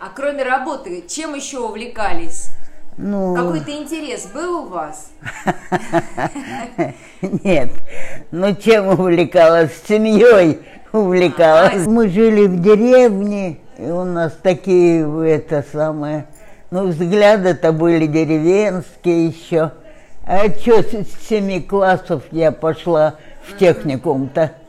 А кроме работы, чем еще увлекались? Ну, Какой-то интерес был у вас? нет. Ну, чем увлекалась? Семьей увлекалась. Мы жили в деревне, и у нас такие, ну, взгляды-то были деревенские еще. А что с 7 классов я пошла в техникум-то?